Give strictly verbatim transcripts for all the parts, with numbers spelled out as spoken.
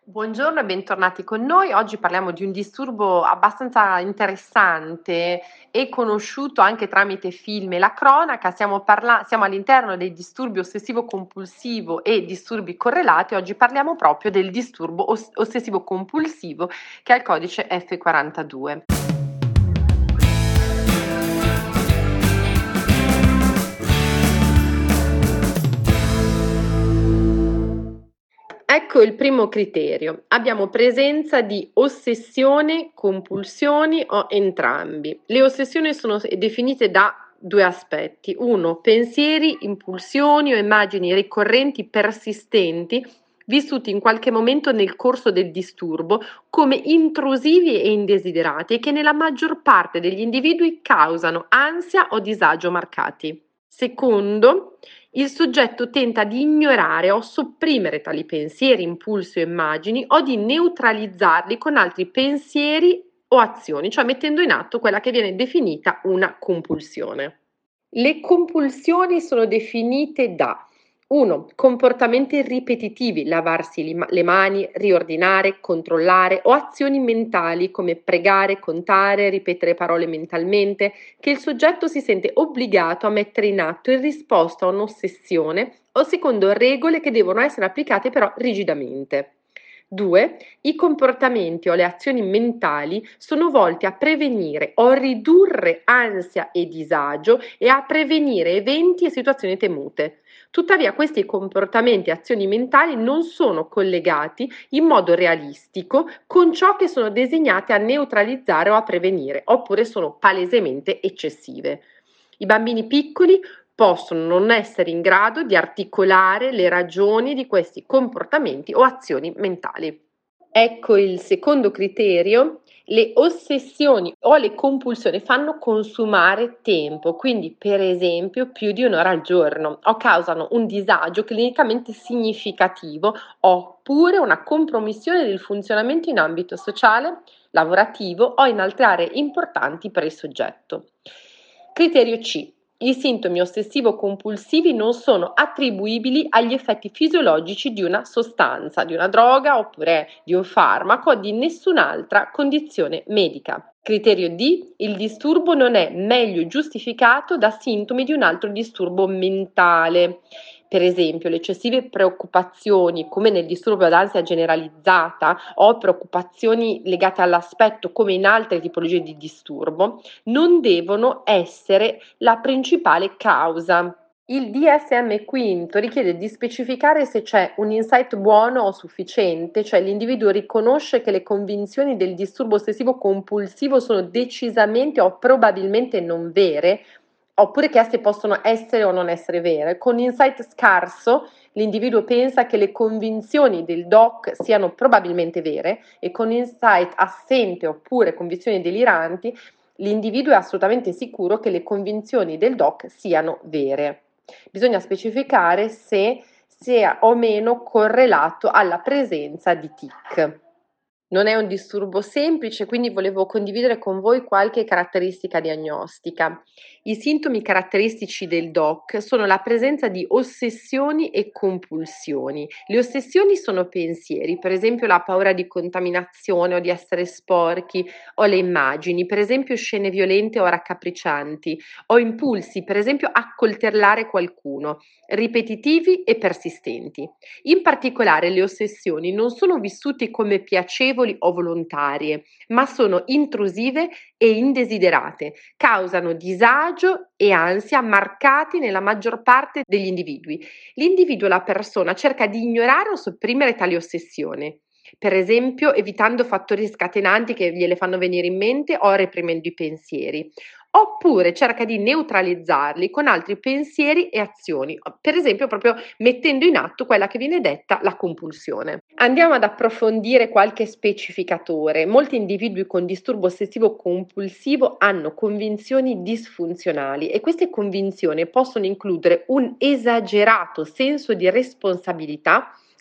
Buongiorno e bentornati con noi. Oggi parliamo di un disturbo abbastanza interessante e conosciuto anche tramite film e la cronaca. Siamo, parla- siamo all'interno dei disturbi ossessivo-compulsivo e disturbi correlati. Oggi parliamo proprio del disturbo oss- ossessivo-compulsivo che ha il codice F quarantadue. Ecco il primo criterio. Abbiamo presenza di ossessione, compulsioni o entrambi. Le ossessioni sono definite da due aspetti. Uno, pensieri, impulsioni o immagini ricorrenti persistenti vissuti in qualche momento nel corso del disturbo come intrusivi e indesiderati e che nella maggior parte degli individui causano ansia o disagio marcati. Secondo, il soggetto tenta di ignorare o sopprimere tali pensieri, impulsi o immagini o di neutralizzarli con altri pensieri o azioni, cioè mettendo in atto quella che viene definita una compulsione. Le compulsioni sono definite da uno. Comportamenti ripetitivi, lavarsi li ma- le mani, riordinare, controllare o azioni mentali come pregare, contare, ripetere parole mentalmente, che il soggetto si sente obbligato a mettere in atto in risposta a un'ossessione o secondo regole che devono essere applicate però rigidamente. due. I comportamenti o le azioni mentali sono volti a prevenire o ridurre ansia e disagio e a prevenire eventi e situazioni temute. Tuttavia questi comportamenti e azioni mentali non sono collegati in modo realistico con ciò che sono designate a neutralizzare o a prevenire, oppure sono palesemente eccessive. I bambini piccoli possono non essere in grado di articolare le ragioni di questi comportamenti o azioni mentali. Ecco il secondo criterio: le ossessioni o le compulsioni fanno consumare tempo, quindi per esempio più di un'ora al giorno, o causano un disagio clinicamente significativo oppure una compromissione del funzionamento in ambito sociale, lavorativo o in altre aree importanti per il soggetto. Criterio C: i sintomi ossessivo-compulsivi non sono attribuibili agli effetti fisiologici di una sostanza, di una droga oppure di un farmaco o di nessun'altra condizione medica. Criterio D: il disturbo non è meglio giustificato da sintomi di un altro disturbo mentale. Per esempio, le eccessive preoccupazioni, come nel disturbo d'ansia generalizzata, o preoccupazioni legate all'aspetto, come in altre tipologie di disturbo, non devono essere la principale causa. Il D S M quinto richiede di specificare se c'è un insight buono o sufficiente, cioè l'individuo riconosce che le convinzioni del disturbo ossessivo compulsivo sono decisamente o probabilmente non vere, oppure che esse possono essere o non essere vere. Con insight scarso l'individuo pensa che le convinzioni del doc siano probabilmente vere e con insight assente oppure convinzioni deliranti l'individuo è assolutamente sicuro che le convinzioni del doc siano vere. Bisogna specificare se sia o meno correlato alla presenza di tic. Non è un disturbo semplice, quindi volevo condividere con voi qualche caratteristica diagnostica. I sintomi caratteristici del doc sono la presenza di ossessioni e compulsioni. Le ossessioni sono pensieri, per esempio la paura di contaminazione o di essere sporchi, o le immagini, per esempio scene violente o raccapriccianti, o impulsi, per esempio accoltellare qualcuno, ripetitivi e persistenti. In particolare le ossessioni non sono vissute come piacevoli o volontarie, ma sono intrusive e indesiderate, causano disagio e ansia marcati nella maggior parte degli individui. L'individuo, la persona, cerca di ignorare o sopprimere tali ossessioni, per esempio evitando fattori scatenanti che gliele fanno venire in mente o reprimendo i pensieri. Oppure cerca di neutralizzarli con altri pensieri e azioni, per esempio proprio mettendo in atto quella che viene detta la compulsione. Andiamo ad approfondire qualche specificatore. Molti individui con disturbo ossessivo compulsivo hanno convinzioni disfunzionali e queste convinzioni possono includere un esagerato senso di responsabilità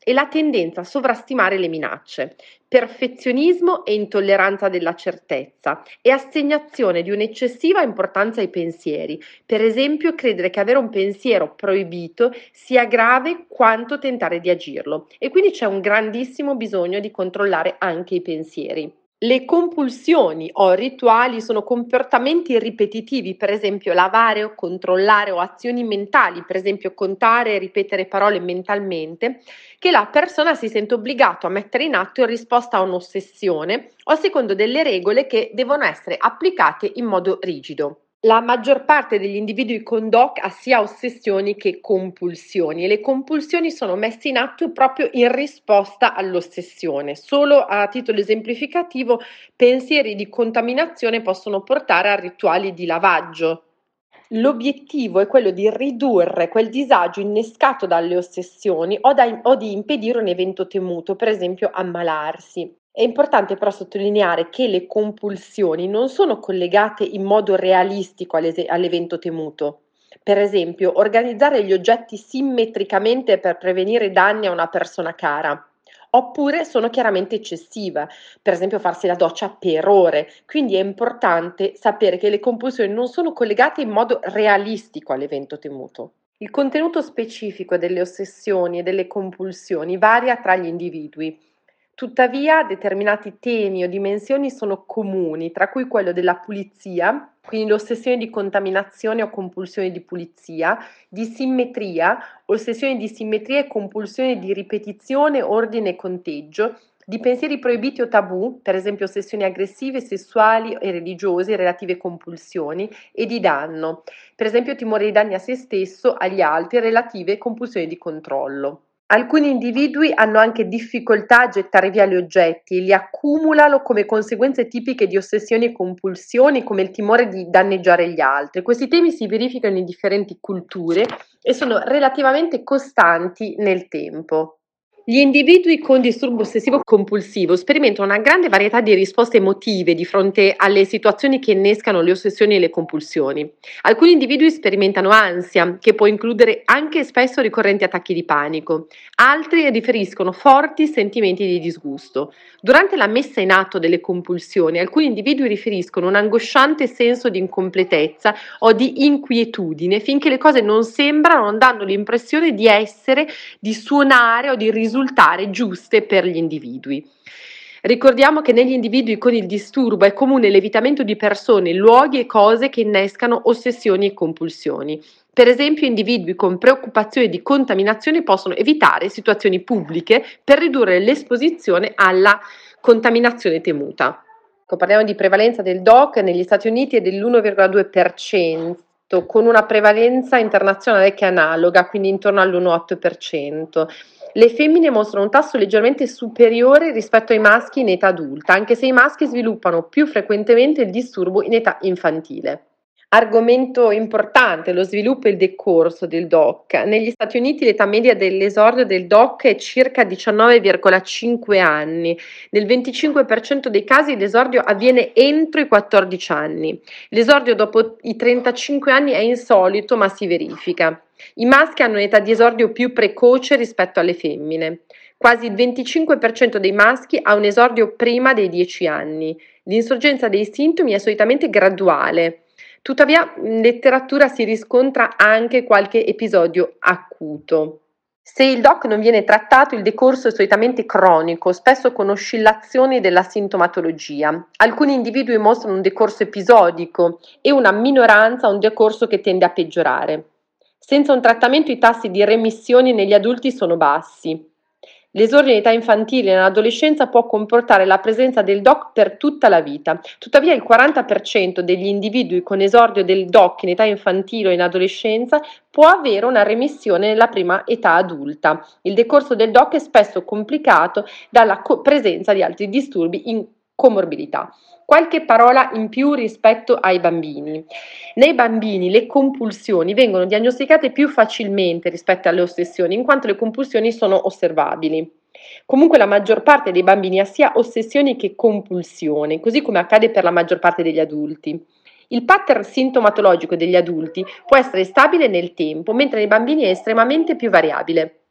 e la tendenza a sovrastimare le minacce, perfezionismo e intolleranza della certezza e assegnazione di un'eccessiva importanza ai pensieri. Per esempio, credere che avere un pensiero proibito sia grave quanto tentare di agirlo e quindi c'è un grandissimo bisogno di controllare anche i pensieri. Le compulsioni o rituali sono comportamenti ripetitivi, per esempio lavare o controllare o azioni mentali, per esempio contare e ripetere parole mentalmente, che la persona si sente obbligato a mettere in atto in risposta a un'ossessione o secondo delle regole che devono essere applicate in modo rigido. La maggior parte degli individui con D O C ha sia ossessioni che compulsioni e le compulsioni sono messe in atto proprio in risposta all'ossessione. Solo a titolo esemplificativo, pensieri di contaminazione possono portare a rituali di lavaggio. L'obiettivo è quello di ridurre quel disagio innescato dalle ossessioni o, da- o di impedire un evento temuto, per esempio ammalarsi. È importante però sottolineare che le compulsioni non sono collegate in modo realistico all'ese- all'evento temuto. Per esempio, organizzare gli oggetti simmetricamente per prevenire danni a una persona cara. Oppure sono chiaramente eccessive, per esempio farsi la doccia per ore. Quindi è importante sapere che le compulsioni non sono collegate in modo realistico all'evento temuto. Il contenuto specifico delle ossessioni e delle compulsioni varia tra gli individui. Tuttavia, determinati temi o dimensioni sono comuni, tra cui quello della pulizia, quindi l'ossessione di contaminazione o compulsione di pulizia, di simmetria, ossessioni di simmetria e compulsioni di ripetizione, ordine e conteggio, di pensieri proibiti o tabù, per esempio ossessioni aggressive, sessuali e religiose, relative compulsioni, e di danno, per esempio timore di danni a se stesso, agli altri, relative compulsioni di controllo. Alcuni individui hanno anche difficoltà a gettare via gli oggetti e li accumulano come conseguenze tipiche di ossessioni e compulsioni, come il timore di danneggiare gli altri. Questi temi si verificano in differenti culture e sono relativamente costanti nel tempo. Gli individui con disturbo ossessivo compulsivo sperimentano una grande varietà di risposte emotive di fronte alle situazioni che innescano le ossessioni e le compulsioni. Alcuni individui sperimentano ansia, che può includere anche spesso ricorrenti attacchi di panico. Altri riferiscono forti sentimenti di disgusto. Durante la messa in atto delle compulsioni, alcuni individui riferiscono un angosciante senso di incompletezza o di inquietudine finché le cose non sembrano, non danno l'impressione di essere, di suonare o di risultare giuste per gli individui. Ricordiamo che negli individui con il disturbo è comune l'evitamento di persone, luoghi e cose che innescano ossessioni e compulsioni. Per esempio, individui con preoccupazioni di contaminazione possono evitare situazioni pubbliche per ridurre l'esposizione alla contaminazione temuta. Parliamo di prevalenza del D O C negli Stati Uniti è dell'uno virgola due per cento, con una prevalenza internazionale che è analoga, quindi intorno all'uno virgola otto per cento. Le femmine mostrano un tasso leggermente superiore rispetto ai maschi in età adulta, anche se i maschi sviluppano più frequentemente il disturbo in età infantile. Argomento importante, lo sviluppo e il decorso del D O C. Negli Stati Uniti l'età media dell'esordio del D O C è circa diciannove virgola cinque anni. Nel venticinque per cento dei casi l'esordio avviene entro i quattordici anni. L'esordio dopo i trentacinque anni è insolito, ma si verifica. I maschi hanno un'età di esordio più precoce rispetto alle femmine. Quasi il venticinque per cento dei maschi ha un esordio prima dei dieci anni. L'insorgenza dei sintomi è solitamente graduale. Tuttavia, in letteratura si riscontra anche qualche episodio acuto. Se il D O C non viene trattato, il decorso è solitamente cronico, spesso con oscillazioni della sintomatologia. Alcuni individui mostrano un decorso episodico e una minoranza un decorso che tende a peggiorare. Senza un trattamento i tassi di remissione negli adulti sono bassi. L'esordio in età infantile e nell'adolescenza può comportare la presenza del D O C per tutta la vita. Tuttavia il quaranta per cento degli individui con esordio del D O C in età infantile o in adolescenza può avere una remissione nella prima età adulta. Il decorso del D O C è spesso complicato dalla co- presenza di altri disturbi in comorbidità. Qualche parola in più rispetto ai bambini. Nei bambini le compulsioni vengono diagnosticate più facilmente rispetto alle ossessioni, in quanto le compulsioni sono osservabili. Comunque la maggior parte dei bambini ha sia ossessioni che compulsioni, così come accade per la maggior parte degli adulti. Il pattern sintomatologico degli adulti può essere stabile nel tempo, mentre nei bambini è estremamente più variabile.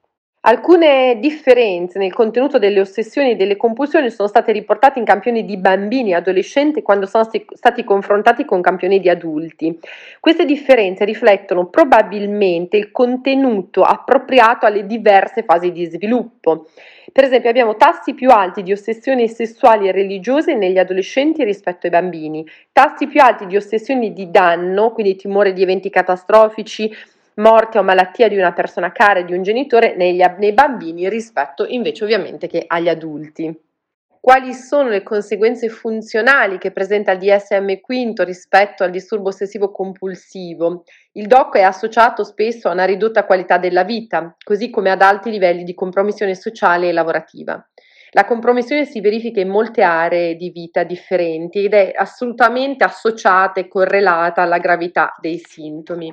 Alcune differenze nel contenuto delle ossessioni e delle compulsioni sono state riportate in campioni di bambini e adolescenti quando sono sti- stati confrontati con campioni di adulti. Queste differenze riflettono probabilmente il contenuto appropriato alle diverse fasi di sviluppo. Per esempio, abbiamo tassi più alti di ossessioni sessuali e religiose negli adolescenti rispetto ai bambini, tassi più alti di ossessioni di danno, quindi timore di eventi catastrofici, morte o malattia di una persona cara e di un genitore negli, nei bambini rispetto invece ovviamente che agli adulti. Quali sono le conseguenze funzionali che presenta il D S M V rispetto al disturbo ossessivo compulsivo? Il D O C è associato spesso a una ridotta qualità della vita, così come ad alti livelli di compromissione sociale e lavorativa. La compromissione si verifica in molte aree di vita differenti ed è assolutamente associata e correlata alla gravità dei sintomi.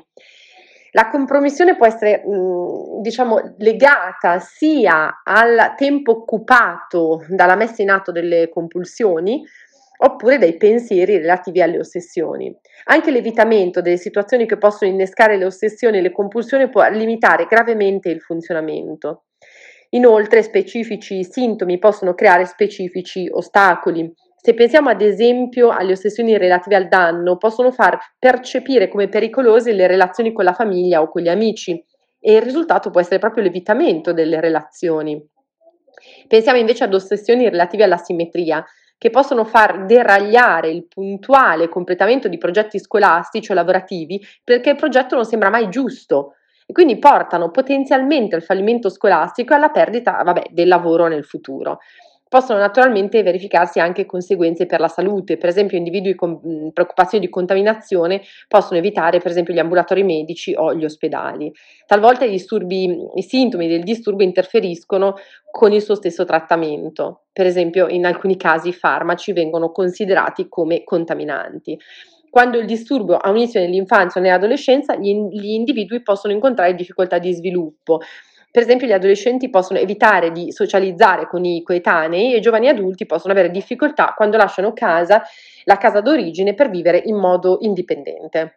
La compromissione può essere, mh, diciamo, legata sia al tempo occupato dalla messa in atto delle compulsioni oppure dai pensieri relativi alle ossessioni. Anche l'evitamento delle situazioni che possono innescare le ossessioni e le compulsioni può limitare gravemente il funzionamento. Inoltre, specifici sintomi possono creare specifici ostacoli. Se pensiamo ad esempio alle ossessioni relative al danno, possono far percepire come pericolose le relazioni con la famiglia o con gli amici e il risultato può essere proprio l'evitamento delle relazioni. Pensiamo invece ad ossessioni relative alla simmetria, che possono far deragliare il puntuale completamento di progetti scolastici o lavorativi perché il progetto non sembra mai giusto e quindi portano potenzialmente al fallimento scolastico e alla perdita, vabbè, del lavoro nel futuro. Possono naturalmente verificarsi anche conseguenze per la salute, per esempio individui con mh, preoccupazioni di contaminazione possono evitare per esempio gli ambulatori medici o gli ospedali. Talvolta i, disturbi, i sintomi del disturbo interferiscono con il suo stesso trattamento, per esempio in alcuni casi i farmaci vengono considerati come contaminanti. Quando il disturbo ha un inizio nell'infanzia o nell'adolescenza, gli, gli individui possono incontrare difficoltà di sviluppo. Per esempio, gli adolescenti possono evitare di socializzare con i coetanei e i giovani adulti possono avere difficoltà quando lasciano casa, la casa d'origine per vivere in modo indipendente.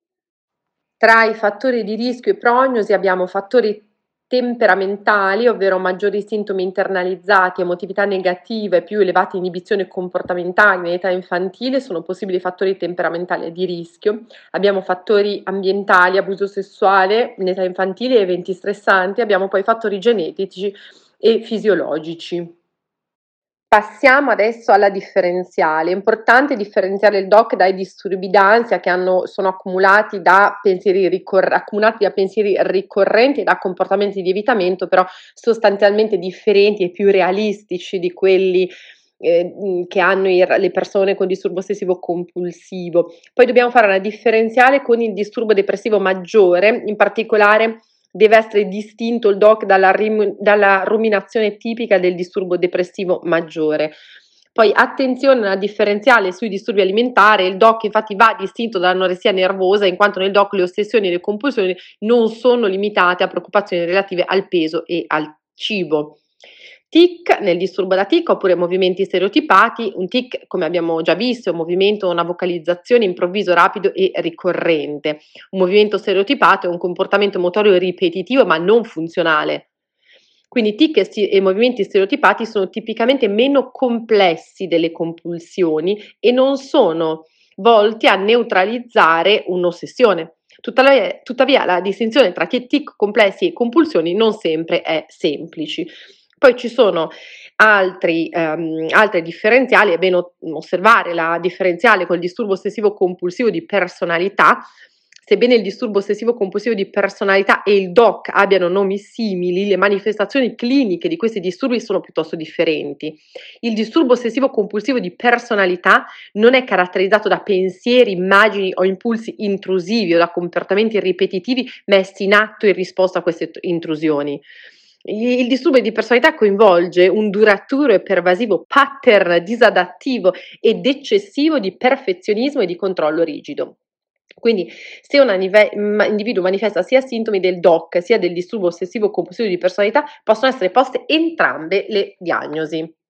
Tra i fattori di rischio e prognosi abbiamo fattori temperamentali, ovvero maggiori sintomi internalizzati, emotività negativa e più elevate inibizioni comportamentali in età infantile sono possibili fattori temperamentali di rischio. Abbiamo fattori ambientali, abuso sessuale in età infantile, eventi stressanti, abbiamo poi fattori genetici e fisiologici. Passiamo adesso alla differenziale. È importante differenziare il D O C dai disturbi d'ansia che hanno, sono accumulati da pensieri, ricor- accumulati da pensieri ricorrenti e da comportamenti di evitamento, però sostanzialmente differenti e più realistici di quelli eh, mh, che hanno i- le persone con disturbo ossessivo compulsivo. Poi dobbiamo fare una differenziale con il disturbo depressivo maggiore, in particolare deve essere distinto il D O C dalla, rim- dalla ruminazione tipica del disturbo depressivo maggiore. Poi attenzione alla differenziale sui disturbi alimentari, il D O C infatti va distinto dall'anoressia nervosa in quanto nel D O C le ossessioni e le compulsioni non sono limitate a preoccupazioni relative al peso e al cibo. Tic nel disturbo da tic oppure movimenti stereotipati, un tic come abbiamo già visto è un movimento, una vocalizzazione improvviso, rapido e ricorrente. Un movimento stereotipato è un comportamento motorio ripetitivo ma non funzionale. Quindi tic e, sti- e movimenti stereotipati sono tipicamente meno complessi delle compulsioni e non sono volti a neutralizzare un'ossessione. Tuttavia, tuttavia la distinzione tra tic complessi e compulsioni non sempre è semplice. Poi ci sono altri, ehm, altre differenziali, è bene osservare la differenziale col disturbo ossessivo compulsivo di personalità. Sebbene il disturbo ossessivo compulsivo di personalità e il D O C abbiano nomi simili, le manifestazioni cliniche di questi disturbi sono piuttosto differenti. Il disturbo ossessivo compulsivo di personalità non è caratterizzato da pensieri, immagini o impulsi intrusivi o da comportamenti ripetitivi messi in atto in risposta a queste intrusioni. Il disturbo di personalità coinvolge un duraturo e pervasivo pattern disadattivo ed eccessivo di perfezionismo e di controllo rigido. Quindi se un anive- ma- individuo manifesta sia sintomi del D O C sia del disturbo ossessivo compulsivo di personalità, possono essere poste entrambe le diagnosi.